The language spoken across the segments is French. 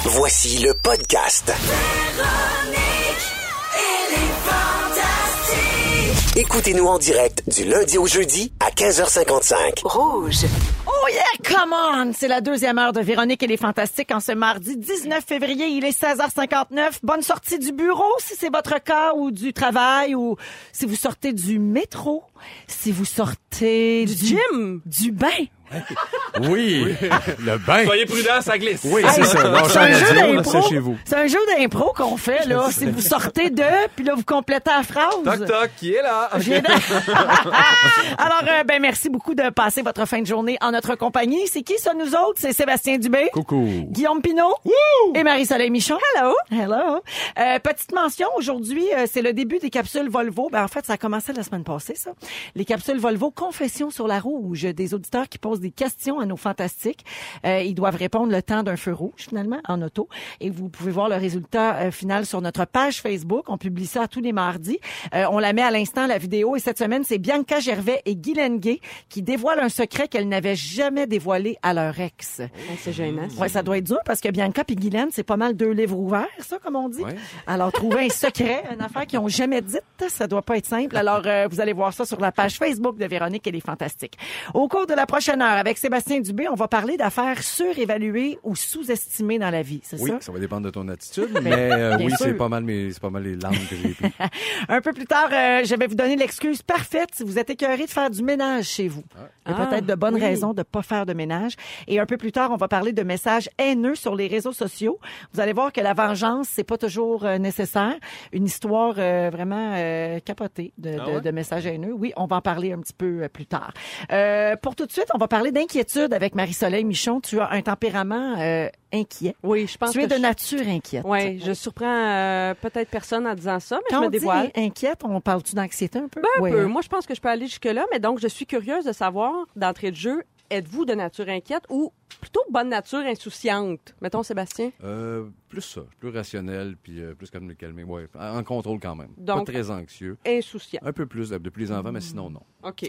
Voici le podcast. Écoutez-nous en direct du lundi au jeudi à 15h55. Rouge. Oh yeah, come on! C'est la deuxième heure de Véronique et les Fantastiques en ce mardi 19 février. Il est 16h59. Bonne sortie du bureau si c'est votre cas, ou du travail, ou si vous sortez du métro, si vous sortez du gym, du bain. Oui, le bain. Soyez prudents, ça glisse. Oui, c'est ça. Non, C'est un jeu d'impro. chez vous. C'est un jeu d'impro qu'on fait, là. Si vous sortez de, puis là, vous complétez la phrase. Toc, toc, qui est là? Je viens de- Alors, merci beaucoup de passer votre fin de journée en notre compagnie. C'est qui ça, nous autres? C'est Sébastien Dubé. Coucou. Guillaume Pinault. Et Marie-Soleil Michon. Hello. Hello. Petite mention, aujourd'hui, c'est le début des capsules Volvo. En fait, ça a commencé la semaine passée, ça. Les capsules Volvo Confessions sur la rouge. Des auditeurs qui posent des questions à nos fantastiques. Ils doivent répondre le temps d'un feu rouge, finalement, en auto. Et vous pouvez voir le résultat final sur notre page Facebook. On publie ça tous les mardis. On la met à l'instant, la vidéo. Et cette semaine, c'est Bianca Gervais et Guy Lenguet qui dévoilent un secret qu'elles n'avaient jamais dévoilé à leur ex. C'est gênant. Ouais, ça doit être dur parce que Bianca et Guylaine, c'est pas mal deux livres ouverts, ça, comme on dit. Ouais. Alors, trouver un secret, une affaire qu'ils ont jamais dite, ça doit pas être simple. Alors, vous allez voir ça sur la page Facebook de Véronique et les Fantastiques. Au cours de la prochaine heure, avec Sébastien Dubé, on va parler d'affaires surévaluées ou sous-estimées dans la vie, c'est Oui, ça? ça va dépendre de ton attitude, mais bien oui, sûr. c'est pas mal les langues que j'ai prises. Un peu plus tard, je vais vous donner l'excuse parfaite si vous êtes écœuré de faire du ménage chez vous. Il y a peut-être de bonnes raisons de pas faire de ménage. Et un peu plus tard, on va parler de messages haineux sur les réseaux sociaux. Vous allez voir que la vengeance, c'est pas toujours nécessaire. Une histoire vraiment capotée de messages haineux. Oui, on va en parler un petit peu plus tard. Pour tout de suite, on va parler d'inquiétude avec Marie-Soleil Michon. Tu as un tempérament inquiet. Oui, je pense Tu es que de nature inquiète. Oui, je surprends peut-être personne en disant ça, mais Quand je on me dévoile. dit inquiète, on parle-tu d'anxiété un peu? Un Oui, peu. hein? Moi, je pense que je peux aller jusque-là, mais donc je suis curieuse de savoir, d'entrée de jeu, êtes-vous de nature inquiète ou plutôt bonne nature insouciante? Mettons, Sébastien. Plus ça, plus rationnel, puis plus comme me calmer. Ouais, en contrôle quand même. Donc, pas très anxieux. Insouciant. Un peu plus depuis les enfants, mais sinon non. OK.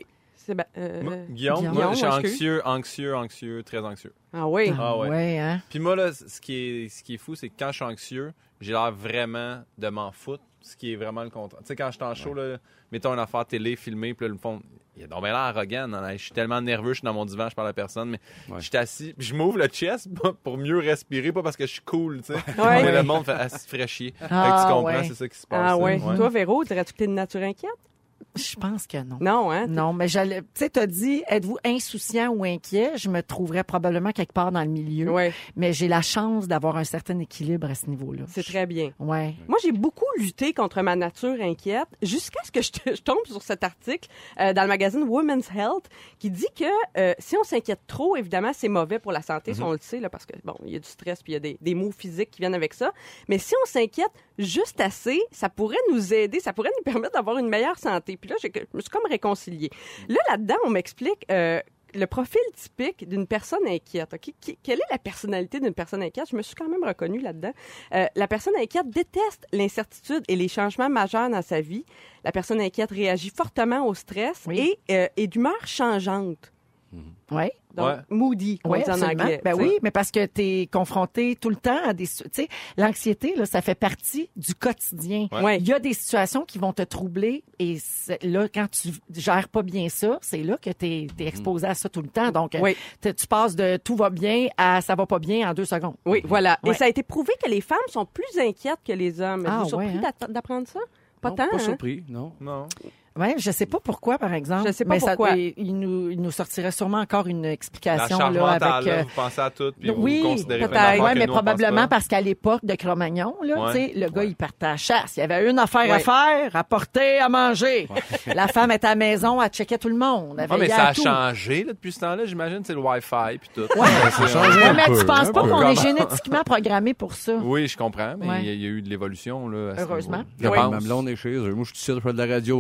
Guillaume, moi, je suis anxieux, très anxieux. Ah oui? Ah ouais. Ouais, hein? Puis moi, là, ce qui est fou, c'est que quand je suis anxieux, j'ai l'air vraiment de m'en foutre, ce qui est vraiment le contraire. Tu sais, quand je suis en show, là, mettons une affaire télé, filmée, puis là, le fond, il a donc bien l'air arrogant. Je suis tellement nerveux, je suis dans mon divan, je parle à personne, mais je suis assis, puis je m'ouvre le chest pour mieux respirer, pas parce que je suis cool, tu sais. Ouais. Mais le monde fait « se ferait chier ». Fait Ah, que tu comprends, ouais. c'est ça qui se passe. Ah oui. Ouais. Toi, Véro, dirais-tu que t'es de nature inquiète? Je pense que non. Non, hein? Non, mais j'allais. Tu sais, t'as dit, êtes-vous insouciant ou inquiet? Je me trouverais probablement quelque part dans le milieu. Oui, Mais j'ai la chance d'avoir un certain équilibre à ce niveau-là. c'est très bien. Ouais. Moi, j'ai beaucoup lutté contre ma nature inquiète jusqu'à ce que je tombe sur cet article dans le magazine Women's Health qui dit que si on s'inquiète trop, évidemment, c'est mauvais pour la santé, ça, on le sait, là, parce que, bon, il y a du stress puis il y a des maux physiques qui viennent avec ça. Mais si on s'inquiète juste assez, ça pourrait nous aider, ça pourrait nous permettre d'avoir une meilleure santé. Puis là, je me suis comme réconciliée. Là-dedans, on m'explique le profil typique d'une personne inquiète. Okay? Quelle est la personnalité d'une personne inquiète? Je me suis quand même reconnue là-dedans. La personne inquiète déteste l'incertitude et les changements majeurs dans sa vie. La personne inquiète réagit fortement au stress et est d'humeur changeante. Ouais. Donc, Ouais. moody, comme on Oui, dit en absolument. anglais. Ben tu sais. oui, mais parce que tu es confronté tout le temps à des... Tu sais, l'anxiété, là, ça fait partie du quotidien. Ouais. Il y a des situations qui vont te troubler et là, quand tu gères pas bien ça, c'est là que tu es exposé à ça tout le temps. Donc, Oui. tu passes de tout va bien à ça va pas bien en 2 secondes. Oui, voilà. Ouais. Et ça a été prouvé que les femmes sont plus inquiètes que les hommes. Ah, Êtes-vous surpris ouais, d'apprendre ça? Pas Non, tant, pas hein? surpris, non. Non. Ouais, je sais pas pourquoi, par exemple. Je sais pas mais pourquoi. Il nous sortirait sûrement encore une La explication charge là mentale, avec. là, vous pensez à tout, puis Oui, vous considérez peut-être. plein d'affaires ouais, que mais nous, on pense probablement pas. parce qu'à l'époque de Cro-Magnon, là, Ouais. tu sais, le gars, Ouais. il partait à la chasse. Il y avait une affaire à Ouais. faire, à porter, à manger. La femme était à la maison, elle checkait tout le monde. Elle Ah, mais veillait ça à a tout. changé là, depuis ce temps-là, j'imagine, c'est le Wi-Fi puis tout. Ouais. Ça change Ouais, un mais peu, tu penses un pas peu. qu'on est génétiquement programmé pour ça? Oui, je comprends, mais Ouais. il y a eu de l'évolution là. À ce Heureusement. niveau-là. Je Je pense. pense. Ma blonde est chez eux. Moi, je suis ici, je fais de la radio, ramener de la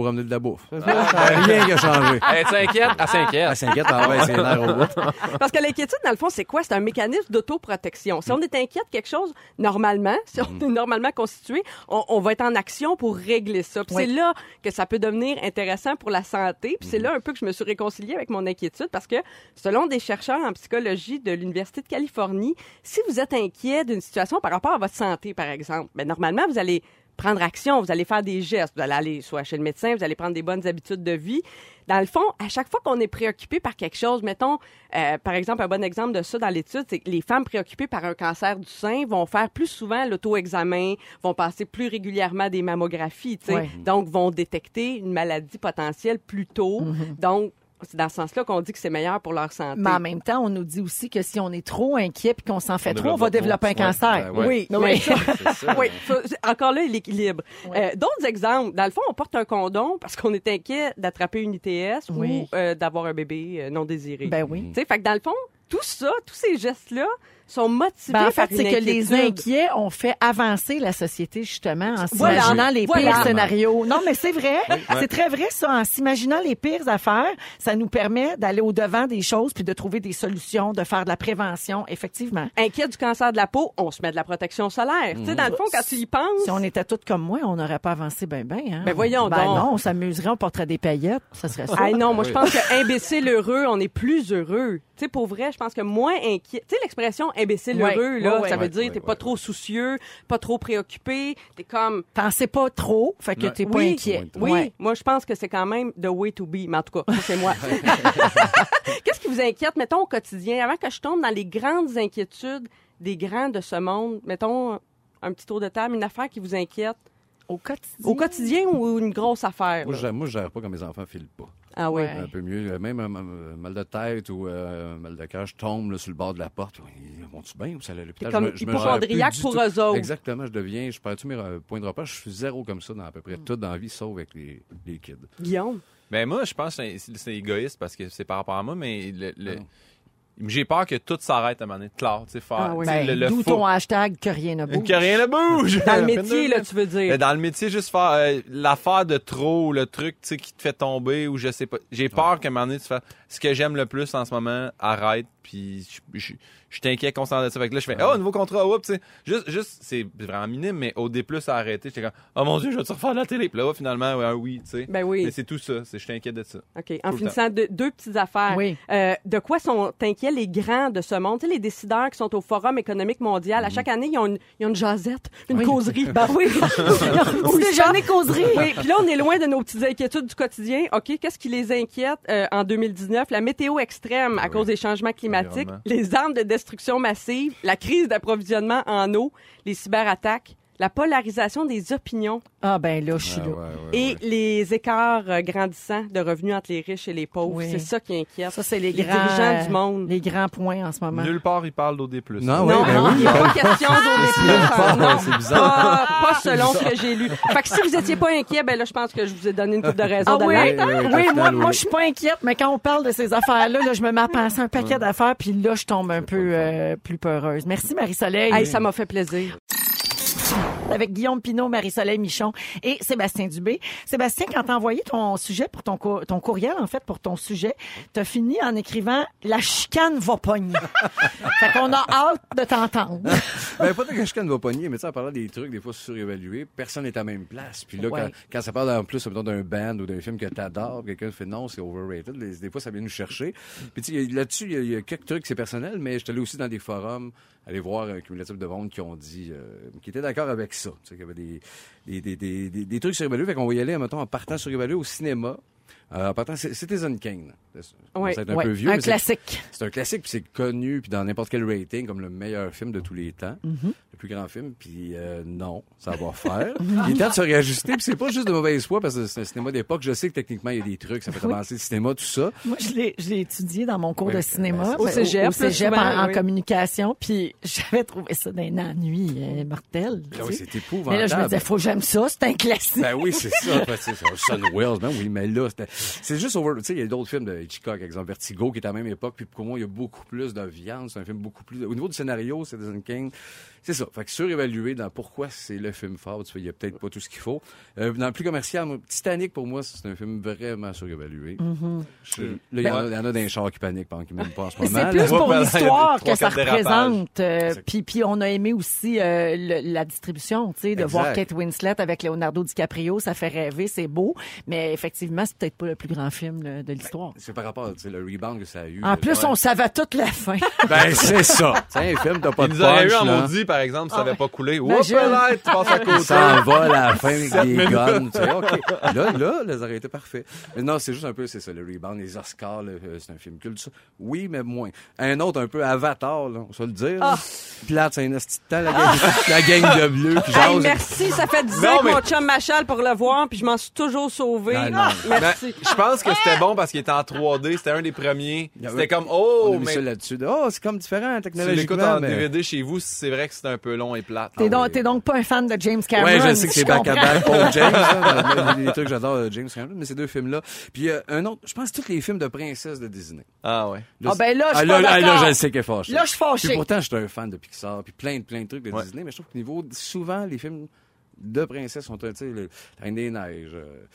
bouffe. Rien qui a changé. Elle s'inquiète, elle s'inquiète. Elle s'inquiète, c'est l'air au bout. Parce que l'inquiétude, dans le fond, c'est quoi? C'est un mécanisme d'autoprotection. Si on est inquiet de quelque chose, normalement, si on est normalement constitué, on va être en action pour régler ça. Puis c'est là que ça peut devenir intéressant pour la santé. Puis c'est là un peu que je me suis réconciliée avec mon inquiétude parce que selon des chercheurs en psychologie de l'Université de Californie, si vous êtes inquiet d'une situation par rapport à votre santé, par exemple, ben normalement, vous allez prendre action, vous allez faire des gestes, vous allez aller soit chez le médecin, vous allez prendre des bonnes habitudes de vie. Dans le fond, à chaque fois qu'on est préoccupé par quelque chose, mettons, par exemple, un bon exemple de ça dans l'étude, c'est que les femmes préoccupées par un cancer du sein vont faire plus souvent l'auto-examen, vont passer plus régulièrement des mammographies, tu sais, donc vont détecter une maladie potentielle plus tôt. Donc, c'est dans ce sens-là qu'on dit que c'est meilleur pour leur santé. Mais en même temps, on nous dit aussi que si on est trop inquiet puis qu'on s'en fait trop, on va développer un cancer. Oui. Oui. Encore là, l'équilibre. D'autres exemples. Dans le fond, on porte un condom parce qu'on est inquiet d'attraper une ITS ou d'avoir un bébé non désiré. Ben oui. Tu sais, fait que dans le fond, tout ça, tous ces gestes-là sont motivés en fait, par une c'est que inquiétude. les inquiets ont fait avancer la société, justement, en s'imaginant les pires scénarios. Non, mais c'est vrai. C'est très vrai, ça. En s'imaginant les pires affaires, ça nous permet d'aller au-devant des choses puis de trouver des solutions, de faire de la prévention, effectivement. Inquiet du cancer de la peau, on se met de la protection solaire. Tu sais, dans le fond, quand tu y penses... Si on était toutes comme moi, on n'aurait pas avancé bien, hein? Ben voyons donc. Non, on s'amuserait, on porterait des paillettes. Ça serait ça. Ah non, moi, je pense que imbécile heureux, on est plus heureux. Tu sais, pour vrai, je pense que moins inquiet... Tu sais, l'expression imbécile heureux, là, ça veut dire t'es pas trop soucieux, pas trop préoccupé, t'es comme... T'en sais pas trop, fait que t'es pas inquiet. Oui, moi, je pense que c'est quand même the way to be, mais en tout cas, ça, c'est moi. Qu'est-ce qui vous inquiète, mettons, au quotidien? Avant que je tombe dans les grandes inquiétudes des grands de ce monde, mettons, un petit tour de table, une affaire qui vous inquiète. Au quotidien ou une grosse affaire? Moi, je gère pas quand mes enfants filent pas. Ah oui. Un peu mieux. Même un mal de tête ou un mal de cœur, je tombe là, sur le bord de la porte. Ils vont-tu bien ou ça allait à l'hôpital? Comme hypochondriaque pour eux autres. Exactement. Je perds tous mes points de repère. Je suis zéro comme ça dans à peu près tout dans la vie, sauf avec les kids. Guillaume? Ben moi, je pense que c'est égoïste parce que c'est par rapport à moi, mais j'ai peur que tout s'arrête à un moment donné. Claire, tu sais, faire. D'où ton hashtag que rien ne bouge. Que rien ne bouge. Dans le métier, là, tu veux dire. Dans le métier, juste faire l'affaire de trop, le truc, tu sais, qui te fait tomber ou je sais pas. J'ai peur qu'à un moment donné, tu fasses ce que j'aime le plus en ce moment, arrête, puis je t'inquiète constamment de ça. Fait que là, je fais, nouveau contrat, oups, tu sais. Juste, c'est vraiment minime, mais au D+, à arrêter, j'étais comme, oh mon Dieu, je vais-tu refaire de la télé? Puis là, finalement, oui, tu sais. Ben oui. Mais c'est tout ça, je t'inquiète de ça. OK. En finissant, deux petites affaires. Oui. De quoi sont inquiets les grands de ce monde? Tu sais, les décideurs qui sont au Forum économique mondial, à chaque année, ils ont une jasette, une causerie. Ben oui. Petit déjeuner causerie. Oui. Puis là, on est loin de nos petites inquiétudes du quotidien. OK. Qu'est-ce qui les inquiète en 2019? La météo extrême à cause des changements climatiques, les armes de destruction massive, la crise d'approvisionnement en eau, les cyberattaques, la polarisation des opinions. Ah ben là, je suis là. Et les écarts grandissants de revenus entre les riches et les pauvres. Oui. C'est ça qui inquiète. Ça, c'est les dirigeants du monde. Les grands points en ce moment. Nulle part, ils parlent d'OD+. Non, il n'y a pas question d'OD+. Non, c'est bizarre. Pas selon ce que j'ai lu. Fait que si vous étiez pas inquiet, ben là, je pense que je vous ai donné une couple de raisons moi, je suis pas inquiète, mais quand on parle de ces affaires-là, là, je me mets à penser un paquet d'affaires, puis là, je tombe un peu plus peureuse. Merci, Marie-Soleil. Hey, ça m'a fait plaisir. Avec Guillaume Pinault, Marie-Soleil Michon et Sébastien Dubé. Sébastien, quand t'as envoyé ton sujet pour ton courriel, en fait, pour ton sujet, t'as fini en écrivant « La chicane va pogner ». Fait qu'on a hâte de t'entendre. Ben, pas que la chicane va pogner, mais tu sais, en parlant des trucs, des fois surévalués, personne n'est à la même place. Puis là, quand ça parle en plus, mettons, d'un band ou d'un film que t'adores, quelqu'un fait non, c'est overrated, des fois, ça vient nous chercher. Puis tu sais, là-dessus, il y a quelques trucs, c'est personnel, mais je suis allé aussi dans des forums, aller voir un cumulatif de ventes qui ont dit, qui étaient d'accord avec ça. Tu sais, qu'il y avait des trucs surévalués. Fait qu'on va y aller, mettons, en partant surévalué au cinéma. En partant, Citizen Kane. C'est un peu vieux. Un classique. C'est un classique, puis c'est connu, puis dans n'importe quel rating, comme le meilleur film de tous les temps. Le plus grand film, puis non, ça va faire. Il est temps de se réajuster, puis c'est pas juste de mauvaise foi, parce que c'est un cinéma d'époque. Je sais que techniquement, il y a des trucs, ça fait avancer le cinéma, tout ça. Moi, je l'ai étudié dans mon cours de cinéma. Au cégep. En communication, puis j'avais trouvé ça d'un ennui mortel. Oui, c'est épouvantable. Mais là, je me disais, faut que j'aime ça, c'est un classique. Ben oui, c'est ça. C'est Orson Welles, ben oui, mais là, C'est juste over. Tu sais, il y a d'autres films de Hitchcock, exemple Vertigo, qui est à la même époque, puis pour moi, il y a beaucoup plus de viande. C'est un film beaucoup plus. Au niveau du scénario, Citizen Kane, c'est ça. Fait que surévalué dans pourquoi c'est le film fort. Tu sais, il y a peut-être pas tout ce qu'il faut. Dans le plus commercial, Titanic, pour moi, c'est un film vraiment surévalué. Là, il y en a d'un char qui panique pendant qu'ils m'aiment pas en ce moment. C'est plus pour l'histoire que ça 3-4 dérapages. représente. Puis on a aimé aussi la distribution, tu sais, de Exact. voir Kate Winslet avec Leonardo DiCaprio, ça fait rêver, c'est beau, mais effectivement, c'est peut-être pas le plus grand film là, de l'histoire. C'est par rapport au rebound que ça a eu. En plus, on savait toute la fin. Ben, c'est ça. Tu sais, un film, t'as pas Il de nous aurait eu punch, en là. maudit, par exemple, si ça n'avait pas coulé. Imagine. Oups, là, tu passes à Il côté. s'envole à la fin avec des guns. Tu sais, OK. Là, ça aurait été parfait. Mais non, c'est juste un peu, c'est ça, le rebound, les Oscars, là, c'est un film culte, ça. Oui, mais moins. Un autre, un peu Avatar, là, on va le dire. là. Plate, c'est un esti de temps, la gang de bleu. Puis Hey, jase. merci, ça fait 10 Non, ans que mais- mon chum m'achale pour le voir, puis je m'en suis toujours sauvé. Ah, non. Merci. Je pense que c'était bon parce qu'il était en 3D. C'était un des premiers. Il y avait- C'était comme, On a oh, vu mais ça là-dessus. Oh, c'est comme différent, tu l'écoutes technologiquement. en mais... DVD chez vous, c'est vrai que c'est un peu long et plate. T'es donc pas un fan de James Cameron. Ouais, je sais que c'est je comprends. back-à-back pour James. Là. Il y a des trucs que j'adore de James Cameron, mais ces deux films-là. Puis un autre, je pense tous les films de princesses de Disney. Ah ouais. Ah ben là, je suis là, pas là, d'accord. je le sais qu'elle est fâchée. Là, je suis fâché. Puis pourtant, je suis un fan de Pixar, puis plein de trucs de Ouais. Disney, mais je trouve que niveau, souvent, les films de princesses sont, tu sais, le Reine des Neiges.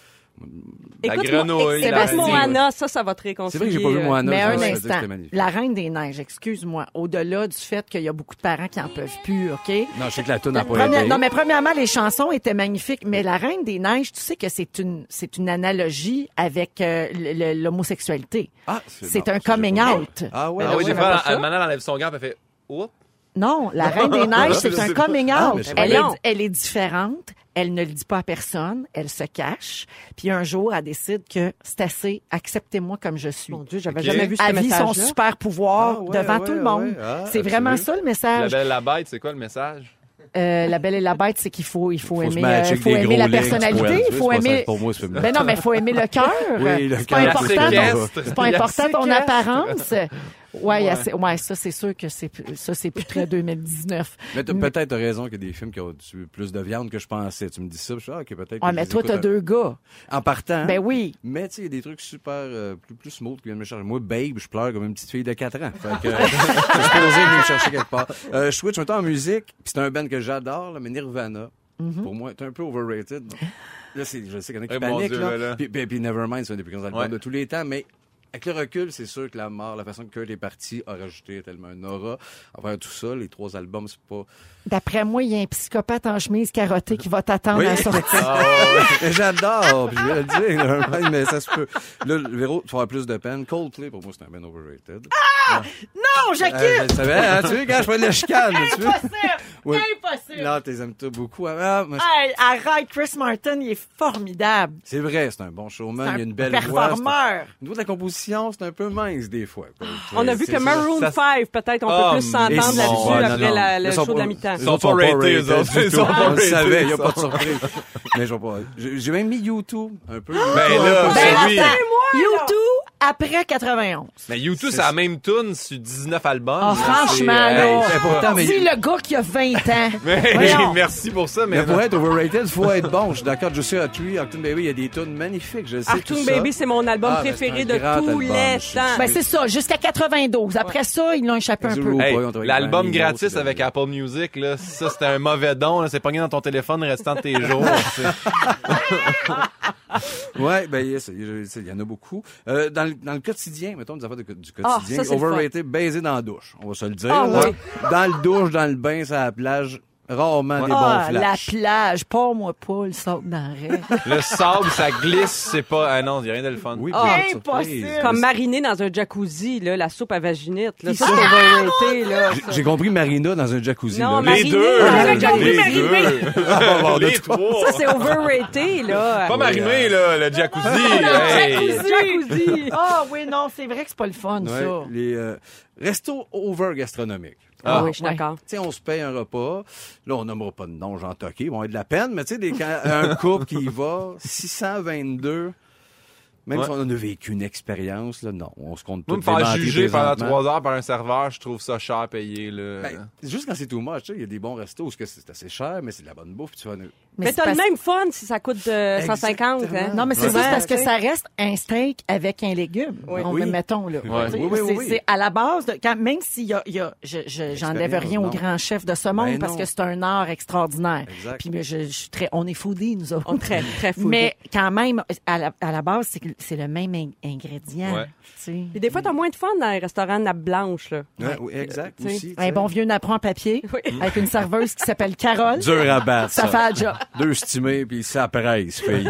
La Écoute, grenouille, écoute la reine. Moana, ça va te C'est réconcilier. vrai que j'ai pas vu Moana. Mais je un me suis dit que instant, c'était magnifique. la Reine des Neiges, excuse-moi, au-delà du fait qu'il y a beaucoup de parents qui en peuvent plus, OK? Non, je sais que la toune n'a pas aidé. Non, mais premièrement, les chansons étaient magnifiques, mais la Reine des Neiges, tu sais que c'est une analogie avec l'homosexualité. Ah, C'est bon, un ça, j'ai coming pas vu. out. Ah ouais. Ah oui, des ouais, fois, pas ça. Almana enlève son gant et elle fait, oups. Non, la Reine des Neiges, c'est un coming Ah, out. mais c'est Elle, voyons. elle est différente. Elle ne le dit pas à personne. Elle se cache. Puis un jour, elle décide que c'est assez. Acceptez-moi comme je suis. Mon Dieu, j'avais Ok. jamais vu ce Elle vit son message-là. super pouvoir Ah, ouais, devant ouais, tout le monde. ouais. Ah, c'est vraiment absolument. ça le La message. belle et la bête, c'est quoi le message? La Belle et la Bête, c'est qu'il faut se aimer, matcher avec faut des aimer gros la legs, personnalité, tu il faut vois, c'est pas aimer. ça pour moi, ce film-là. Ben non, mais il faut aimer le cœur. Oui, le c'est pas cœur, important. c'est séquestre. C'est pas Il y a important ton séquestre. apparence. Ouais, ça c'est sûr que c'est plus très 2019. Mais peut-être t'as raison qu'il y a des films qui ont tué plus de viande que je pensais. Tu me dis ça, je suis OK, peut-être. Ouais, que mais je les toi écoute t'as deux gars. en partant. Ben oui. Mais tu sais, il y a des trucs super plus smooth qui viennent me chercher. Moi, Babe, je pleure comme une petite fille de 4 ans. Fait que je suis supposé venir me chercher quelque part. Je switch maintenant en musique, puis c'est un band que j'adore, là, mais Nirvana. Pour moi, c'est un peu overrated. Là, je sais qu'il y en a qui Eh, mon paniquent. Dieu, là. Puis Nevermind, c'est un des plus grands albums Ouais. de tous les temps, mais avec le recul, c'est sûr que la mort, la façon que Kurt est parti, a rajouté tellement un aura. Envers tout ça, les 3 albums, c'est pas... D'après moi, il y a un psychopathe en chemise carottée qui va t'attendre Oui. à la sortie. Mais j'adore, puis je vais le dire, Nevermind, mais ça se peut. Là, le Véro, tu vas avoir plus de peine. Coldplay, pour moi, c'est un band overrated. Non, Jacques! Je le savais, hein, tu sais, quand je fais de la chicane, tu vois. Impossible! Oui. Impossible! Là, t'es aimes beaucoup. Ah, moi, Hey, arrête, Chris Martin, il est formidable. c'est vrai, c'est un bon showman, C'est il y a un une belle voix. performeur. Au niveau de la composition, c'est un peu mince des fois. On a vu que Maroon ça- 5, peut-être, on Ah, peut plus mais s'entendre Et là-dessus sinon, ouais, après non. le Ils sont show de pas- la mi-temps. Ils sont pas ratés, eux autres. du Ils tout. sont pas On le ratés, savait, il n'y a ça. pas de surprise. Mais je vais pas. J'ai même mis YouTube un peu. Ben là, Ben, lui. attends, YouTube après 91. Mais U2, c'est la même tune sur 19 albums. Ah, là. franchement, C'est- là. hey, c'est pourtant, mais- Dis le gars qui a 20 ans. Mais, Voyons. merci pour ça, mais Mais pour être overrated, il faut être bon. Je suis d'accord. Je sais, Arcturus, Octane Baby, il y a des tunes magnifiques. Je le sais. Artoon tout ça. Baby, c'est mon album Ah, ben, préféré c'est un de grand tous album. les Je- temps. Ben, c'est ça, jusqu'à 92. Après ça, ils l'ont échappé un peu. Zero. hey, Pas, on travaille l'album avec gratis Nino, avec c'est- Apple Music, là, ça c'était un mauvais don. Là, c'est pogné dans ton téléphone restant de tes jours. C'est- Ouais, ben, yes, il y en a beaucoup. Dans le quotidien, mettons, des affaires du quotidien, Ah, ça, c'est le overrated, baiser dans la douche. On va se le dire. Ah, là. oui. Dans le douche, dans le bain, sur la plage, rarement des Ah, bons la flashs. plage, pas moi pas le sable dans le rêve. Le sable, ça glisse, c'est pas. Ah non, il y a rien de le fun. Oui, Ah, pas de impossible. surprise. Comme mariner dans un jacuzzi, là, la soupe à vaginite. Là, ça, c'est overrated. Là, ça. J'ai compris Marina dans un jacuzzi. Non, là. mais- Les Mariner. deux! Ah, j'ai compris Les Marimé. deux! Les trois! Ça, c'est overrated, là. Pas Marimé, là, le jacuzzi! Hey. Jacuzzi. Ah oui, non, c'est vrai que c'est pas le fun, Ouais, ça. les restos over gastronomiques. Ah, oui, je suis ouais. d'accord. Tu sais, on se paye un repas. Là, on nommera pas de nom, Jean Toqué. Ils vont avoir de la peine, mais tu sais, un couple qui y va, 622. Même si on a vécu une expérience, là, non, on se compte Moi, tout me faire démentir juger pendant présentement. 3 heures par un serveur, je trouve ça cher à payer, là. Ben, juste quand c'est too much, tu sais, il y a des bons restos où c'est assez cher, mais c'est de la bonne bouffe. Puis tu vas... Mais t'as le même fun si ça coûte 150. Hein? Non, mais c'est Ouais. juste parce que ça reste un steak avec un légume. Oui. On Oui. mettons, là. Ouais. Tu sais, Oui. C'est à la base, même s'il y a j'enlève rien au non. grand chef de ce monde Ben parce non. que c'est un art extraordinaire. Exact. Puis mais je suis on est foodie, nous autres. On est très, très foodie. Mais quand même, à la base, c'est le même ingrédient. Ouais. Tu sais. Puis des fois, t'as moins de fun dans les restaurants de nappe blanche. Là. Ouais, oui, exact, Tu sais, aussi. Un bon vieux napperon en papier Oui. avec une serveuse qui s'appelle Carole. Dur à battre, Ça fait la job. 2 stimés, puis ça presse, fille.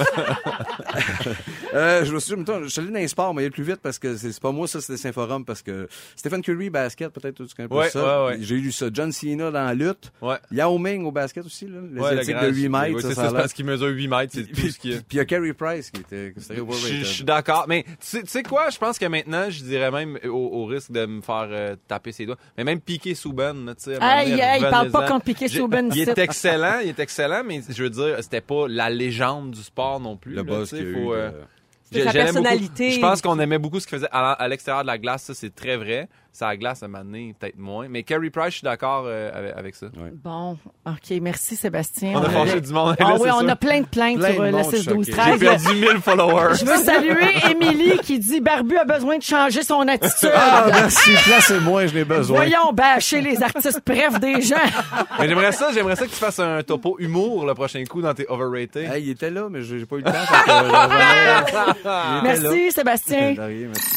Je me suis dit, je suis allé dans les sports, mais il est plus vite parce que c'est pas moi, ça, c'était Saint-Forum, parce que Stephen Curry, basket, peut-être, tu connais pas Ouais, ça. ouais. J'ai lu ça. John Cena dans la lutte. Ouais. Yao Ming au basket aussi, là. Les Ouais, le éthiques grand- de 8 mètres, oui, ça, c'est ça ça, a c'est l'air. parce qu'il mesure 8 mètres, c'est tout ce qu'il y a. Puis il y a Carey Price qui était overrated. Je suis d'accord. Mais tu sais quoi? Je pense que maintenant, je dirais même au risque de me faire taper ses doigts. Mais même Piqué Souben, tu sais. à un moment donné, Aïe, il parle pas revenez-en. contre Piqué Souben Il ici. est excellent, mais je veux dire, c'était pas la légende du sport non plus. Le là, boss tu qu'il sais, y a eu. faut, C'est sa j'aimais personnalité. beaucoup. Je pense qu'on aimait beaucoup ce qu'il faisait à l'extérieur de la glace, ça c'est très vrai. Ça à la glace, à un moment donné, peut-être moins. Mais Carey Price, je suis d'accord avec ça. Bon, OK, merci Sébastien. On a fâché du monde. Ah là, oui, c'est on sûr. a plein de plaintes Plein sur de le monde 6 12 choqué. 13. J'ai perdu 1000 followers. Je veux saluer Émilie qui dit Barbu a besoin de changer son attitude. Ah, merci. Placez-moi, je l'ai besoin. Voyons bâcher les artistes bref des gens. Mais j'aimerais ça que tu fasses un topo humour le prochain coup dans tes overrated. Hey, il était là, mais j'ai pas eu le temps. Fait que, il était Merci Sébastien. là. De rien, merci.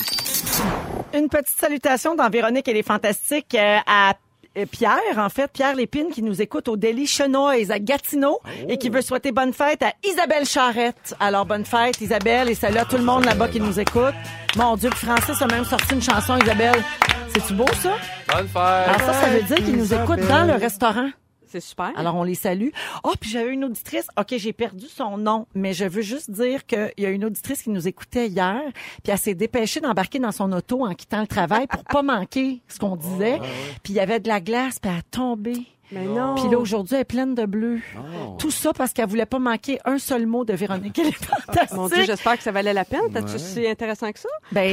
Une petite salutation dans Véronique et les Fantastiques à Pierre, en fait, Pierre Lépine qui nous écoute au Deli Chenoise à Gatineau et qui veut souhaiter bonne fête à Isabelle Charrette. Alors, bonne fête Isabelle et salut à tout le monde là-bas qui nous écoute. Mon Dieu, puis Francis a même sorti une chanson, Isabelle. C'est-tu beau, ça? Bonne fête. Alors ça veut dire qu'ils nous écoutent dans le restaurant. C'est super. Alors, on les salue. Oh, puis j'avais une auditrice. OK, j'ai perdu son nom, mais je veux juste dire qu'il y a une auditrice qui nous écoutait hier, puis elle s'est dépêchée d'embarquer dans son auto en quittant le travail pour pas manquer ce qu'on disait. Puis il y avait de la glace, puis elle a tombé. Mais non. Puis là, aujourd'hui, elle est pleine de bleu. Oh. Tout ça parce qu'elle voulait pas manquer un seul mot de Véronique. Elle est fantastique. Mon Dieu, j'espère que ça valait la peine. T'as-tu si intéressant que ça?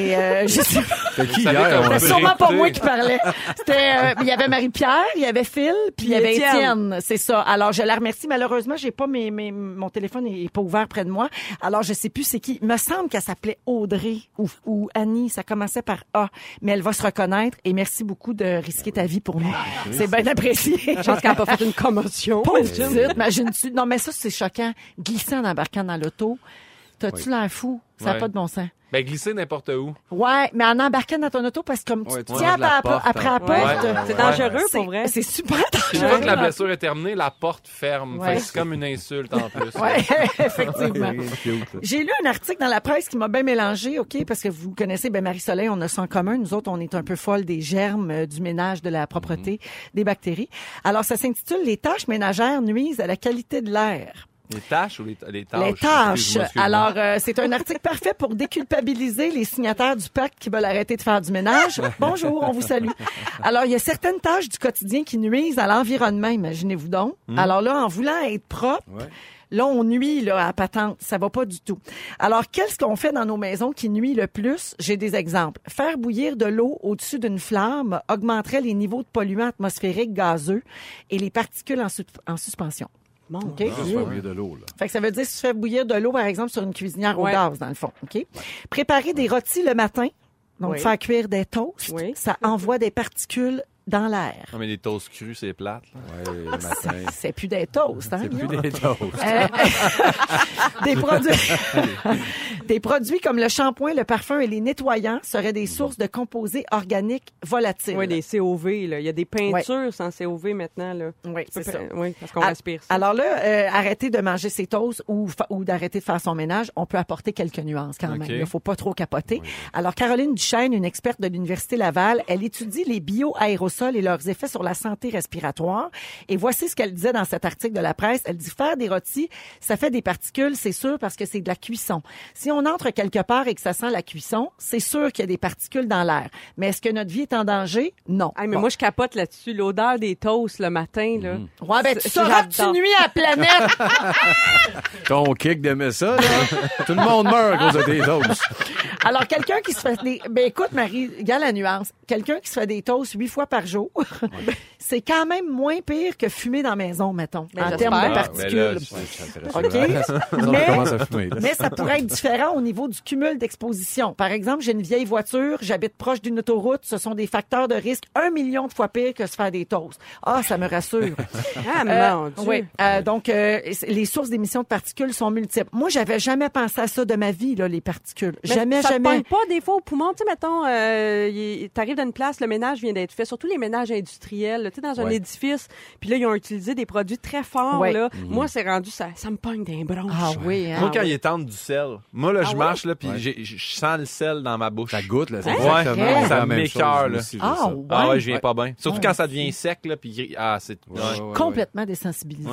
Je sais pas. Fait qui savez hier? qu'on on peut C'est a- sûrement pas réécouter. moi qui parlais. C'était, il y avait Marie-Pierre, il y avait Phil, puis il y avait Étienne. Étienne. C'est ça. Alors, je la remercie. Malheureusement, j'ai pas mon téléphone est pas ouvert près de moi. Alors, je sais plus c'est qui. Il me semble qu'elle s'appelait Audrey ou Annie. Ça commençait par A. Mais elle va se reconnaître et merci beaucoup de risquer ta vie pour nous. C'est bien apprécié. Je pense qu'elle n'a pas fait une commotion. Pauvre petite, imagine-tu. Non, mais ça, c'est choquant. Glisser en embarquant dans l'auto. T'as-tu l'air fou? Ça n'a Ouais. pas de bon sens. Ben, glisser n'importe où. Ouais, mais en embarquant dans ton auto, parce que comme tu Ouais, tu tiens manges la après porte, la hein. porte. Ouais. C'est dangereux, C'est- pour vrai. C'est super Une dangereux. fois que la blessure est terminée, la porte ferme. Ouais. Fait que c'est comme une insulte en plus. Ouais, effectivement. Rien de cute, là. J'ai lu un article dans la presse qui m'a bien mélangé, OK, parce que vous connaissez, Marie-Soleil, on a ça en commun. Nous autres, on est un peu folles des germes, du ménage, de la propreté, des bactéries. Alors, ça s'intitule « Les tâches ménagères nuisent à la qualité de l'air ». Les tâches ou les tâches? Les tâches. Excuse-moi. Alors, c'est un article parfait pour déculpabiliser les signataires du pacte qui veulent arrêter de faire du ménage. Bonjour, on vous salue. Alors, il y a certaines tâches du quotidien qui nuisent à l'environnement, imaginez-vous donc. Alors là, en voulant être propre, Ouais. là, on nuit là, à la patente. Ça va pas du tout. Alors, qu'est-ce qu'on fait dans nos maisons qui nuit le plus? J'ai des exemples. Faire bouillir de l'eau au-dessus d'une flamme augmenterait les niveaux de polluants atmosphériques gazeux et les particules en suspension. Mon OK? Dieu. Juste faire bouillir de l'eau, là. Fait que ça veut dire si tu fais bouillir de l'eau, par exemple, sur une cuisinière au Ouais. gaz, dans le fond. OK? Préparer des rôtis le matin, donc Oui. faire cuire des toasts, Oui. ça envoie des particules dans l'air. Non, mais les toasts crus, c'est plate. là. Ouais, le matin. C'est plus des toasts, hein? C'est plus Guillaume? des toasts. Des des produits comme le shampoing, le parfum et les nettoyants seraient des sources de composés organiques volatiles. Oui, des COV, là. Il y a des peintures sans COV maintenant, là. Oui, Tu c'est peux ça. Oui, parce qu'on Ah, respire ça. Alors là, arrêter de manger ses toasts ou d'arrêter de faire son ménage, on peut apporter quelques nuances quand même. OK. Il ne faut pas trop capoter. Alors, Caroline Duchesne, une experte de l'Université Laval, elle étudie les bioaérosols aérosols et leurs effets sur la santé respiratoire. Et voici ce qu'elle disait dans cet article de la presse. Elle dit, faire des rôtis, ça fait des particules, c'est sûr, parce que c'est de la cuisson. Si on entre quelque part et que ça sent la cuisson, c'est sûr qu'il y a des particules dans l'air. Mais est-ce que notre vie est en danger? Non. Hey, mais moi, je capote là-dessus. L'odeur des toasts le matin, là. Ouais, ben, tu sauras que tu nuis à la planète. Ton kick d'aimer ça, là. Tout le monde meurt à cause de tes toasts. Alors, quelqu'un qui se fait des... Ben, écoute, Marie, regarde la nuance. Quelqu'un qui se fait des toasts 8 fois par jour, c'est quand même moins pire que fumer dans la maison, mettons, Ben, en termes de particules. Mais ça pourrait être différent au niveau du cumul d'exposition. Par exemple, j'ai une vieille voiture, j'habite proche d'une autoroute, ce sont des facteurs de risque 1 million de fois pire que se faire des toasts. Ah, ça me rassure. Ah, mon Dieu. Oui. Donc, les sources d'émissions de particules sont multiples. Moi, j'avais jamais pensé à ça de ma vie, là, les particules. Mais ça jamais. te pogne pas des fois au poumon. Tu sais, mettons, t'arrives dans une place, le ménage vient d'être fait, surtout les ménages industriels, tu sais, dans un édifice, puis là, ils ont utilisé des produits très forts, là. Moi, c'est rendu, ça me pogne des bronches. Ah oui, hein? Moi, quand il est temps du sel, moi, là, je marche, là, puis je sens le sel dans ma bouche. Ça goûte, là. Exactement. Ça m'écoeure, là. Ah ouais, je viens pas bien. Surtout quand ça devient sec, là, puis c'est... Complètement désensibilisé.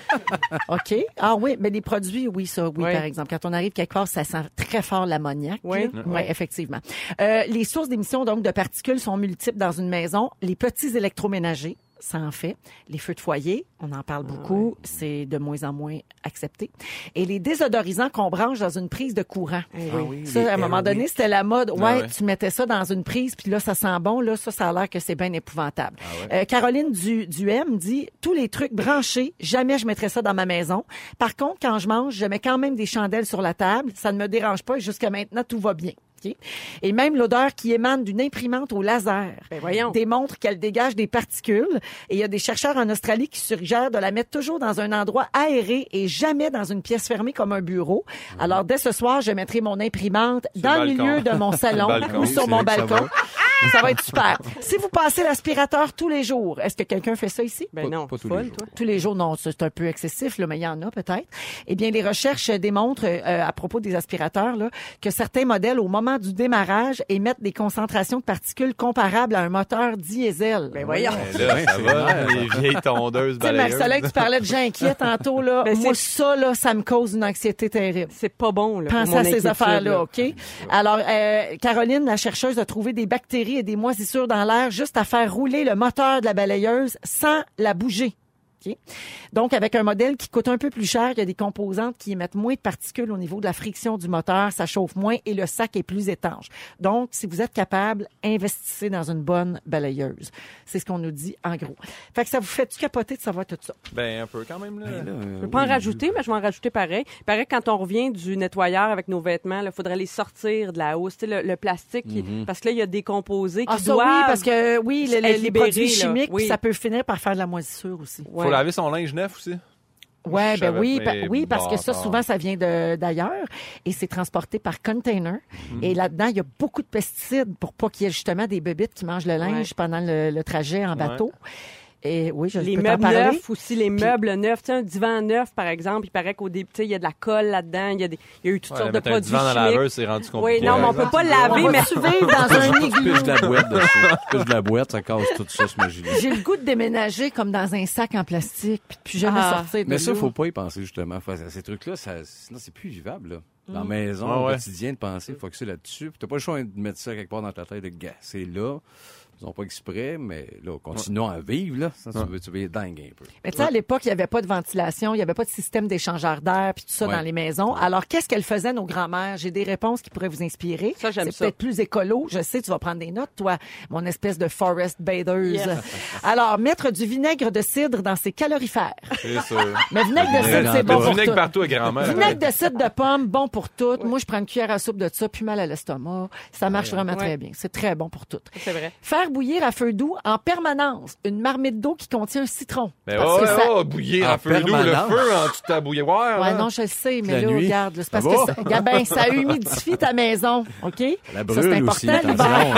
OK. Ah oui, mais les produits, oui, par exemple. Quand on arrive quelque part, ça sent très fort l'ammoniac. Oui, effectivement. Les sources d'émissions, donc, de particules sont multiples dans une maison. Les petits électroménagers, ça en fait. Les feux de foyer, on en parle beaucoup, c'est de moins en moins accepté. Et les désodorisants qu'on branche dans une prise de courant. Ça, à un moment donné, c'était la mode. Tu mettais ça dans une prise, puis là, ça sent bon. Là, ça a l'air que c'est bien épouvantable. Caroline Duhem dit, tous les trucs branchés, jamais je mettrais ça dans ma maison. Par contre, quand je mange, je mets quand même des chandelles sur la table. Ça ne me dérange pas et jusqu'à maintenant, tout va bien. Et même l'odeur qui émane d'une imprimante au laser démontre qu'elle dégage des particules. Et il y a des chercheurs en Australie qui suggèrent de la mettre toujours dans un endroit aéré et jamais dans une pièce fermée comme un bureau. Alors, dès ce soir, je mettrai mon imprimante dans le milieu de mon salon ou sur mon balcon. Ça va être super. Si vous passez l'aspirateur tous les jours, est-ce que quelqu'un fait ça ici? Ben non, pas tous les jours. toi. Tous les jours, non, c'est un peu excessif, là, mais il y en a peut-être. Eh bien, les recherches démontrent, à propos des aspirateurs, là, que certains modèles, au moment du démarrage, émettent des concentrations de particules comparables à un moteur diesel. Ben voyons. Là, ça va, les vieilles tondeuses Tu sais, balayeuses. Marcellin, tu parlais de gens inquiets tantôt, là. Ben, moi, ça, là, ça me cause une anxiété terrible. C'est pas bon, là. Pensez à ces affaires-là, OK? Alors, Caroline, la chercheuse, a trouvé des bactéries et des moisissures dans l'air juste à faire rouler le moteur de la balayeuse sans la bouger. Okay? Donc, avec un modèle qui coûte un peu plus cher, il y a des composantes qui émettent moins de particules au niveau de la friction du moteur, ça chauffe moins et le sac est plus étanche. Donc, si vous êtes capable, investissez dans une bonne balayeuse. C'est ce qu'on nous dit en gros. Fait que ça vous fait-tu capoter de savoir tout ça? Ben, un peu quand même, là. Je peux pas en rajouter, mais je vais en rajouter pareil. Pareil, quand on revient du nettoyeur avec nos vêtements, il faudrait les sortir de la hausse. Tu sais, le plastique, parce que là, il y a des composés qui doivent... Oui, parce que, les libérés, produits là. chimiques, Oui. ça peut finir par faire de la moisissure aussi. Faut laver son linge neuf aussi. Ouais, ben oui, mais oui, parce que ça, souvent, ça vient d'ailleurs et c'est transporté par container. Et là-dedans, il y a beaucoup de pesticides pour pas qu'il y ait justement des bébites qui mangent le linge pendant le trajet en bateau. Et oui, les peux meubles t'en parler. neufs aussi, les meubles neufs. Tu sais, un divan neuf, par exemple, il paraît qu'au début, tu sais, il y a de la colle là-dedans, il y a eu toutes sortes de produits un divan dans la chimiques. laveuse, c'est rendu compliqué. Oui, non, mais on peut pas le laver, mais... Tu vivre dans un Tu igloo. piches de la boîte dessus. Tu piches de la boîte, ça casse tout ça, j'imagine. J'ai le goût de déménager comme dans un sac en plastique puis de plus jamais sortir de Mais ça, là. faut pas y penser, justement, face à ces trucs-là. Sinon, c'est plus vivable, là. Dans la maison, au quotidien, de penser, focusser là-dessus. Puis t'as pas le choix de mettre ça quelque part dans ta tête, de gasser là. Ils n'ont pas exprès, mais là, continuons à vivre, là. Ça, tu veux être dingue un peu. Mais tu sais, à l'époque, il n'y avait pas de ventilation, il n'y avait pas de système d'échangeur d'air puis tout ça dans les maisons. Alors, qu'est-ce qu'elles faisaient, nos grands-mères? J'ai des réponses qui pourraient vous inspirer. Ça, j'aime ça. C'est peut-être plus écolo. Je sais, tu vas prendre des notes, toi, mon espèce de forest bathers. Yes. Alors, mettre du vinaigre de cidre dans ses calorifères. C'est sûr. Mais vinaigre de cidre, c'est bon Du pour vinaigre tout. partout à grand-mère. Vinaigre de cidre de pomme, bon pour tout. Moi, je prends une cuillère à soupe de ça, plus mal à l'estomac. Ça marche vraiment très bien. C'est très bon pour tout. C'est vrai. Faire bouillir à feu doux en permanence une marmite d'eau qui contient un citron. Mais Parce que ça... bouillir En à feu doux, le permanence. feu en dessous de ta bouilloire. Ouais, là. non, je le sais, mais La là, nuit. regarde, là, c'est parce Ça va? que ça, Gabin, ça humidifie ta maison, OK? La Ça, brûle c'est aussi, important l'hiver.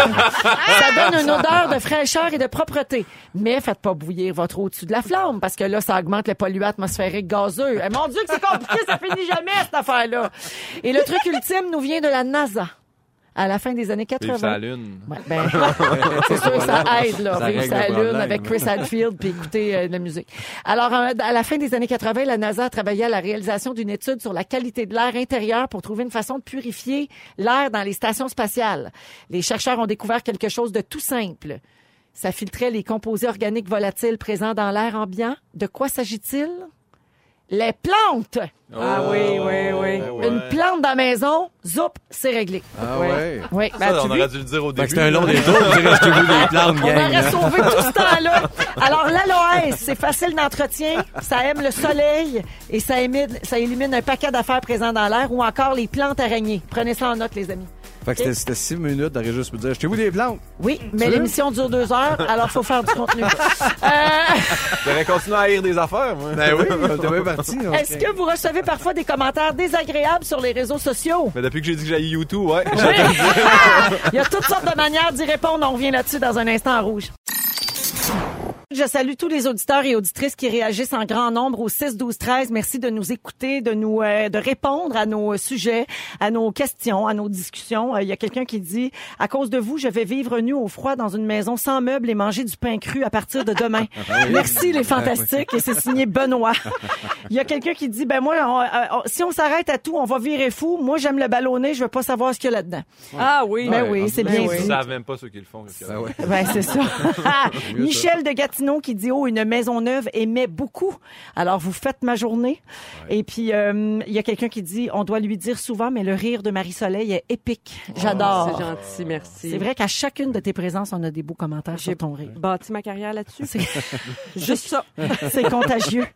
Ça donne une odeur de fraîcheur et de propreté. Mais faites pas bouillir votre eau au-dessus de la flamme, parce que là, ça augmente le polluant atmosphérique gazeux. Eh, mon Dieu, que c'est compliqué, ça finit jamais, cette affaire-là. Et le truc ultime nous vient de la NASA. À la fin des années 80. Vive sa lune. Ouais, ben, c'est sûr que ça aide, là. Ça Vivre règle sa le lune problème. avec Chris Hadfield puis écouter de la musique. Alors, à la fin des années 80, la NASA a travaillé à la réalisation d'une étude sur la qualité de l'air intérieur pour trouver une façon de purifier l'air dans les stations spatiales. Les chercheurs ont découvert quelque chose de tout simple. Ça filtrait les composés organiques volatiles présents dans l'air ambiant. De quoi s'agit-il? Les plantes! Ah oui. Une plante dans la maison, zoup, c'est réglé. Ah ouais. Oui. Ça, Ben, on tu aurait vois, dû le dire au Fait début. que c'était un long détour pour dire achetez-vous des plantes, on gang. aurait sauvé tout ce temps-là. Alors, l'aloès, c'est facile d'entretien, ça aime le soleil et ça élimine un paquet d'affaires présents dans l'air ou encore les plantes araignées. Prenez ça en note, les amis. Fait que c'était 6 minutes d'arrêter juste pour dire achetez-vous des plantes. Oui, mais l'émission dure 2 heures, alors faut faire du contenu. J'aurais continué à haïr des affaires, moi. Ben oui, on était bien parti. Est-ce que vous recevez parfois des commentaires désagréables sur les réseaux sociaux? Mais depuis que j'ai dit que j'aille YouTube, ouais. Il y a toutes sortes de manières d'y répondre. On revient là-dessus dans un instant en rouge. Je salue tous les auditeurs et auditrices qui réagissent en grand nombre au 6 12 13. Merci de nous écouter, de répondre à nos sujets, à nos questions, à nos discussions. Il y a quelqu'un qui dit à cause de vous, je vais vivre nu au froid dans une maison sans meubles et manger du pain cru à partir de demain. Merci les fantastiques et c'est signé Benoît. Il y a quelqu'un qui dit ben moi si on s'arrête à tout, on va virer fou. Moi j'aime le ballonner, je veux pas savoir ce qu'il y a là-dedans. Ah oui. Ben oui, c'est bien Ils dit. savent même pas ceux qui le font. Ben ouais. Ben, c'est ça. Michel de Gatineau qui dit, une maison neuve émet beaucoup. Alors, vous faites ma journée. Ouais. Et puis, il y a quelqu'un qui dit, on doit lui dire souvent, mais le rire de Marie-Soleil est épique. J'adore. C'est gentil, merci. C'est vrai qu'à chacune de tes présences, on a des beaux commentaires sur ton rire. J'ai bâti ma carrière là-dessus. C'est juste ça. C'est contagieux.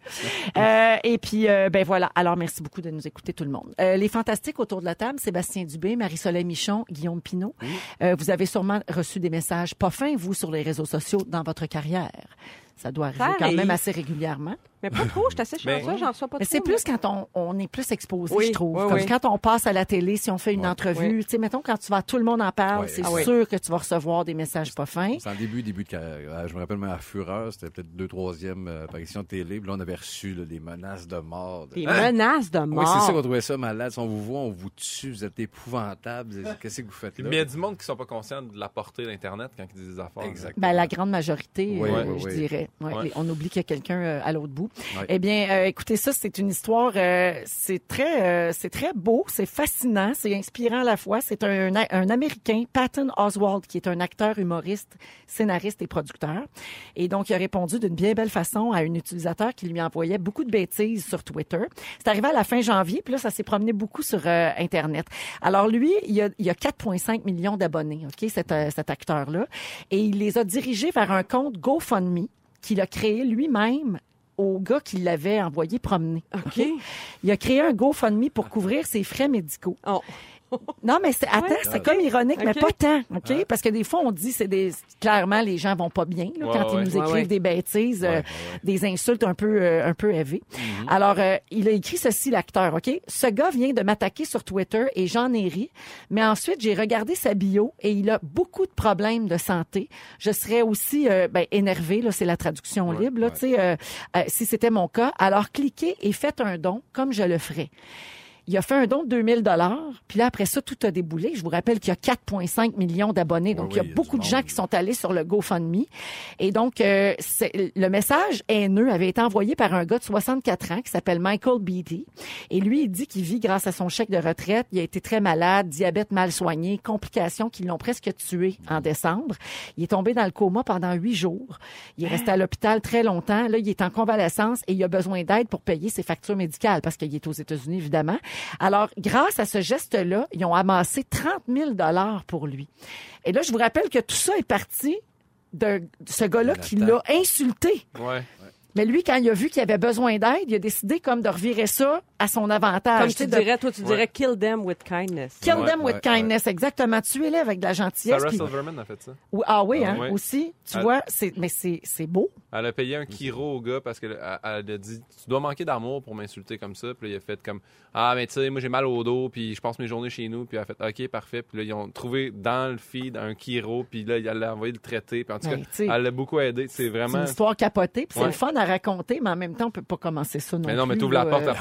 Et puis, ben voilà. Alors, merci beaucoup de nous écouter, tout le monde. Les fantastiques autour de la table, Sébastien Dubé, Marie-Soleil Michon, Guillaume Pinault. Vous avez sûrement reçu des messages pas fins, vous, sur les réseaux sociaux dans votre carrière. Ça doit arriver quand même assez régulièrement. Mais pas trop, je suis assez chanceuse, j'en reçois pas trop. Mais c'est plus quand on est plus exposé, oui, je trouve. Oui, Comme quand on passe à la télé, si on fait une entrevue, tu sais, mettons, quand tu vas, tout le monde en parle, c'est sûr que tu vas recevoir des messages pas fins. C'est en début de carrière. Je me rappelle même à Fureur, c'était peut-être 3e apparition de télé. Puis là, on avait reçu des menaces de mort. Des menaces de mort? Oui, c'est ça qu'on trouvait ça malade. Si on vous voit, on vous tue, vous êtes épouvantables. Qu'est-ce que vous faites là? Mais il y a du monde qui sont pas conscients de la portée d'Internet quand ils disent des affaires. Exactement. Ben, la grande majorité, je dirais. On oublie qu'il y a quelqu'un à l'autre bout. Eh bien, écoutez, ça, c'est une histoire, c'est très beau, c'est fascinant, c'est inspirant à la fois. C'est un Américain, Patton Oswalt, qui est un acteur, humoriste, scénariste et producteur. Et donc, il a répondu d'une bien belle façon à un utilisateur qui lui envoyait beaucoup de bêtises sur Twitter. C'est arrivé à la fin janvier, puis là, ça s'est promené beaucoup sur Internet. Alors, lui, il a 4,5 millions d'abonnés, OK, cet acteur-là. Et il les a dirigés vers un compte GoFundMe qu'il a créé lui-même au gars qui l'avait envoyé promener. OK. Il a créé un GoFundMe pour couvrir ses frais médicaux. Oh. Non, mais c'est comme ironique, mais pas tant, OK? Parce que des fois, on dit clairement, les gens vont pas bien, là, quand ils nous écrivent des bêtises, des insultes un peu élevées. Mm-hmm. Alors, il a écrit ceci, l'acteur, OK? Ce gars vient de m'attaquer sur Twitter et j'en ai ri, mais ensuite, j'ai regardé sa bio et il a beaucoup de problèmes de santé. Je serais aussi, énervé, là, c'est la traduction libre, là, tu sais, si c'était mon cas. Alors, cliquez et faites un don comme je le ferais. Il a fait un don de 2000 $, puis là, après ça, tout a déboulé. Je vous rappelle qu'il y a 4,5 millions d'abonnés. Donc, il y a beaucoup de gens qui sont allés sur le GoFundMe. Et donc, le message haineux avait été envoyé par un gars de 64 ans qui s'appelle Michael Beatty. Et lui, il dit qu'il vit grâce à son chèque de retraite. Il a été très malade, diabète mal soigné, complications qui l'ont presque tué en décembre. Il est tombé dans le coma pendant 8 jours. Il est resté à l'hôpital très longtemps. Là, il est en convalescence et il a besoin d'aide pour payer ses factures médicales parce qu'il est aux États-Unis, évidemment. Alors, grâce à ce geste-là, ils ont amassé 30 000 $ pour lui. Et là, je vous rappelle que tout ça est parti de ce gars-là qui l'a insulté. Ouais. Mais lui, quand il a vu qu'il avait besoin d'aide, il a décidé comme de revirer ça à son avantage. Comme tu dirais, kill them with kindness. Kill them with kindness, exactement. Tuez-les avec de la gentillesse. Sarah Silverman a fait ça. Ah oui, aussi. Tu vois, c'est beau. Elle a payé un kiro au gars parce qu'elle a dit « Tu dois manquer d'amour pour m'insulter comme ça. » Puis là, il a fait comme « Ah, mais tu sais, moi j'ai mal au dos, puis je passe mes journées chez nous. » Puis elle a fait « OK, parfait. » Puis là, ils ont trouvé dans le feed un kiro, puis là, elle a envoyé le traiter. Puis en tout cas, elle l'a beaucoup aidé. C'est vraiment... C'est une histoire capotée, puis c'est le fun à raconter, mais en même temps, on peut pas commencer ça non plus. Mais non, mais t'ouvres la porte à plein de monde qui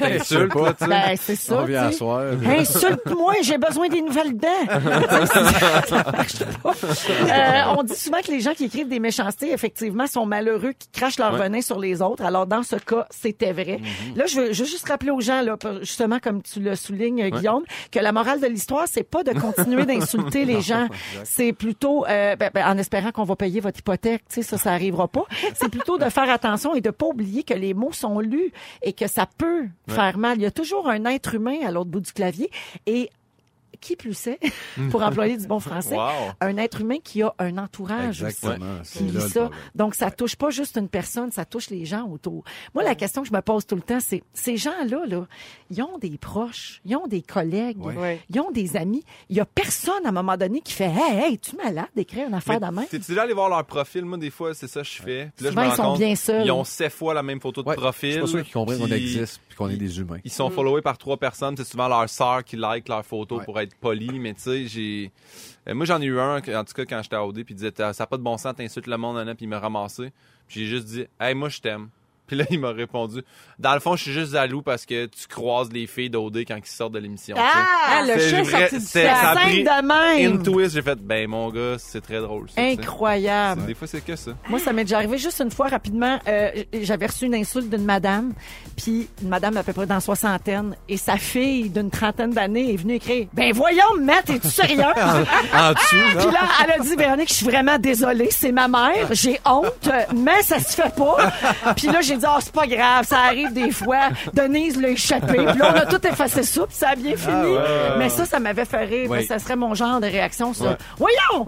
T'insultes, là, tu sais. Ben, c'est ça. On vient à tu sais. soir. Insulte-moi, j'ai besoin des nouvelles dents. Ça marche pas. On dit souvent que les gens qui écrivent des méchancetés, effectivement, sont malheureux, qui crachent leur venin sur les autres. Alors, dans ce cas, c'était vrai. Là, je veux juste rappeler aux gens, là, justement, comme tu le soulignes, Guillaume, que la morale de l'histoire, c'est pas de continuer d'insulter les gens. C'est plutôt, en espérant qu'on va payer votre hypothèque, tu sais, ça arrivera pas. C'est plutôt de faire attention et de pas oublier que les mots sont lus et que ça peut faire mal. Il y a toujours un être humain à l'autre bout du clavier et qui plus est, pour employer du bon français, un être humain qui a un entourage Exactement. aussi. Qui lit ça. Donc, ça touche pas juste une personne, ça touche les gens autour. Moi, la question que je me pose tout le temps, c'est ces gens-là, là, ils ont des proches, ils ont des collègues, ils ont des amis. Il y a personne, à un moment donné, qui fait « Hey, es-tu malade d'écrire une affaire de même? » T'es-tu déjà allé voir leur profil? Moi, des fois, c'est ça que je fais. Puis là, Souvent, je me ils sont rends compte, bien seuls. ils ont 7 fois la même photo de profil. C'est pas sûr qu'ils comprennent qu'on puis existe puis qu'on est des humains. Ils sont followés par 3 personnes. C'est souvent leur sœur qui like leur photo pour être poli, mais tu sais, moi, j'en ai eu un, en tout cas, quand j'étais à OD, puis il disait, ça n'a pas de bon sens, t'insultes le monde, puis il m'a ramassé. Puis j'ai juste dit, hey, moi, je t'aime. Puis là, il m'a répondu, dans le fond, je suis juste jaloux parce que tu croises les filles d'OD quand ils sortent de l'émission. Le chat est sorti du ça a Simple pris de même. une twist, j'ai fait, ben, mon gars, c'est très drôle. Ça, Incroyable. des fois, c'est que ça. Moi, ça m'est déjà arrivé juste une fois rapidement. J'avais reçu une insulte d'une madame, puis une madame à peu près dans la soixantaine, et sa fille d'une trentaine d'années est venue écrire « Ben voyons, Matt, es-tu sérieux? » En dessous, Puis là, elle a dit « Véronique, je suis vraiment désolée, c'est ma mère, j'ai honte, mais ça se fait pas. » Puis là, j'ai dit « Oh, c'est pas grave. Ça arrive des fois. Denise l'a échappé. Puis là, on a tout effacé ça, puis ça a bien fini. Mais ça m'avait fait rire. Oui. Ça serait mon genre de réaction, ça. Voyons!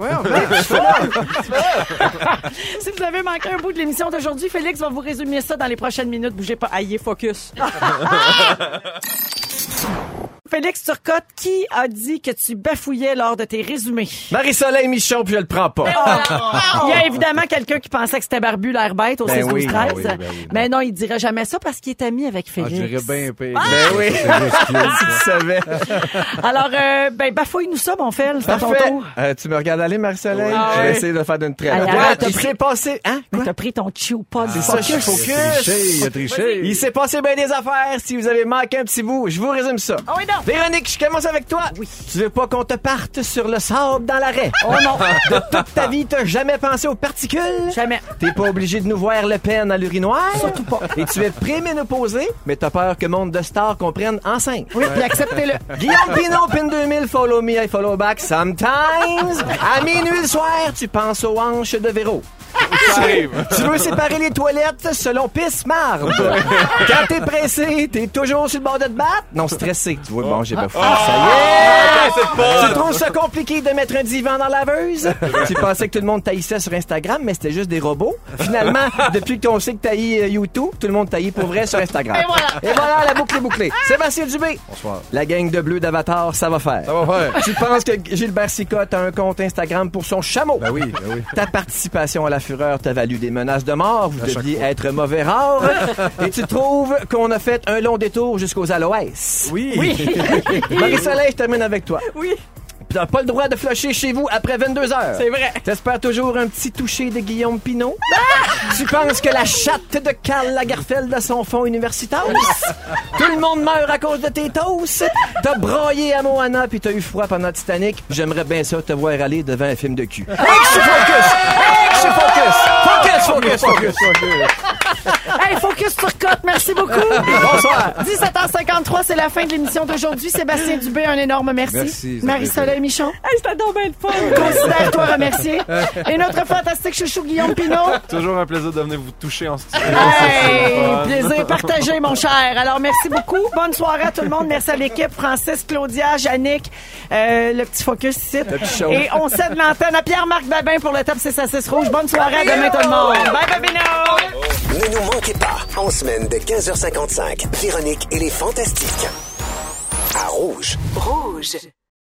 Si vous avez manqué un bout de l'émission d'aujourd'hui, Félix va vous résumer ça dans les prochaines minutes. Bougez pas. Aïe, focus. Félix Turcotte, qui a dit que tu bafouillais lors de tes résumés? Marie-Soleil Michon, puis je le prends pas. Il y a évidemment quelqu'un qui pensait que c'était Barbu l'air bête au 16 12 13. oui. Mais non, il dirait jamais ça parce qu'il est ami avec Félix. Je dirais bien pire. Ben oui. Si tu savais. Alors, bafouille-nous ça, mon Phil. C'est à ton Parfait. tour. Tu me regardes aller, Marie-Soleil? Ah Je ouais. vais essayer de le faire d'une traite. Allez, Ouais, arrête, il t'as s'est passé... Hein? Mais t'as pris ton chew-pod. C'est ça, je suis focus. Il a triché. Il s'est passé bien des affaires. Si vous avez manqué un petit bout, je vous résume ça. Ah oui, non. Véronique, je commence avec toi. Oui. Tu veux pas qu'on te parte sur le sable dans l'arrêt? Oh non. De toute ta vie, t'as jamais pensé aux particules? Jamais. T'es pas obligé de nous voir Le Pen à l'urinoir? Surtout pas. Et tu es préménopausé, mais t'as peur que Monde de Stars comprenne enceinte. Oui, puis acceptez-le. Guillaume Pinot, Pin 2000, follow me, I follow back sometimes. À minuit le soir, tu penses aux hanches de Véro. Tu veux séparer les toilettes selon pisse marbre. Quand t'es pressé, t'es toujours sur le bord de te battre? Non, stressé. Tu vois, bon, j'ai pas fou. Ça y est! Tu trouves ça compliqué de mettre un divan dans la laveuse? Tu pensais que tout le monde taillissait sur Instagram, mais c'était juste des robots. Finalement, depuis qu'on sait que taillis YouTube, tout le monde taillit pour vrai sur Instagram. Et voilà, la boucle est bouclée. Sébastien Dubé. Bonsoir. La gang de bleu d'Avatar, ça va faire. Ça va faire. Tu penses que Gilbert Sicotte a un compte Instagram pour son chameau? Ben oui. Ta participation à la fureur t'a valu des menaces de mort. Vous deviez être mauvais rare. Et tu trouves qu'on a fait un long détour jusqu'aux aloès. Oui. Marie-Soleil, je termine avec toi. Oui. T'as pas le droit de flusher chez vous après 22 heures. C'est vrai. T'espères toujours un petit toucher de Guillaume Pinot? Tu penses que la chatte de Karl Lagerfeld a son fond universitaire? Tout le monde meurt à cause de tes toasts? T'as broyé à Moana puis t'as eu froid pendant Titanic? J'aimerais bien ça te voir aller devant un film de cul. Focus! Hey, Focus Turcotte, merci beaucoup. Bonsoir. 17h53, c'est la fin de l'émission d'aujourd'hui. Sébastien Dubé, un énorme merci. Merci, ça Marie-Soleil Michon. Hey, c'était donc bien le fun. Considère-toi remercié. Et notre fantastique chouchou Guillaume Pinot. Toujours un plaisir de venir vous toucher en studio. Hey, plaisir partagé, mon cher. Alors, merci beaucoup. Bonne soirée à tout le monde. Merci à l'équipe. Francis, Claudia, Yannick, le petit Focus ici. show. Et on cède l'antenne à Pierre-Marc Babin pour le Top 6 à 6 rouge. Bonne soirée. À demain, tout le monde. Bye, Babino. Ne nous manquez pas, en semaine de 15h55, Véronique et les Fantastiques. À Rouge. Rouge.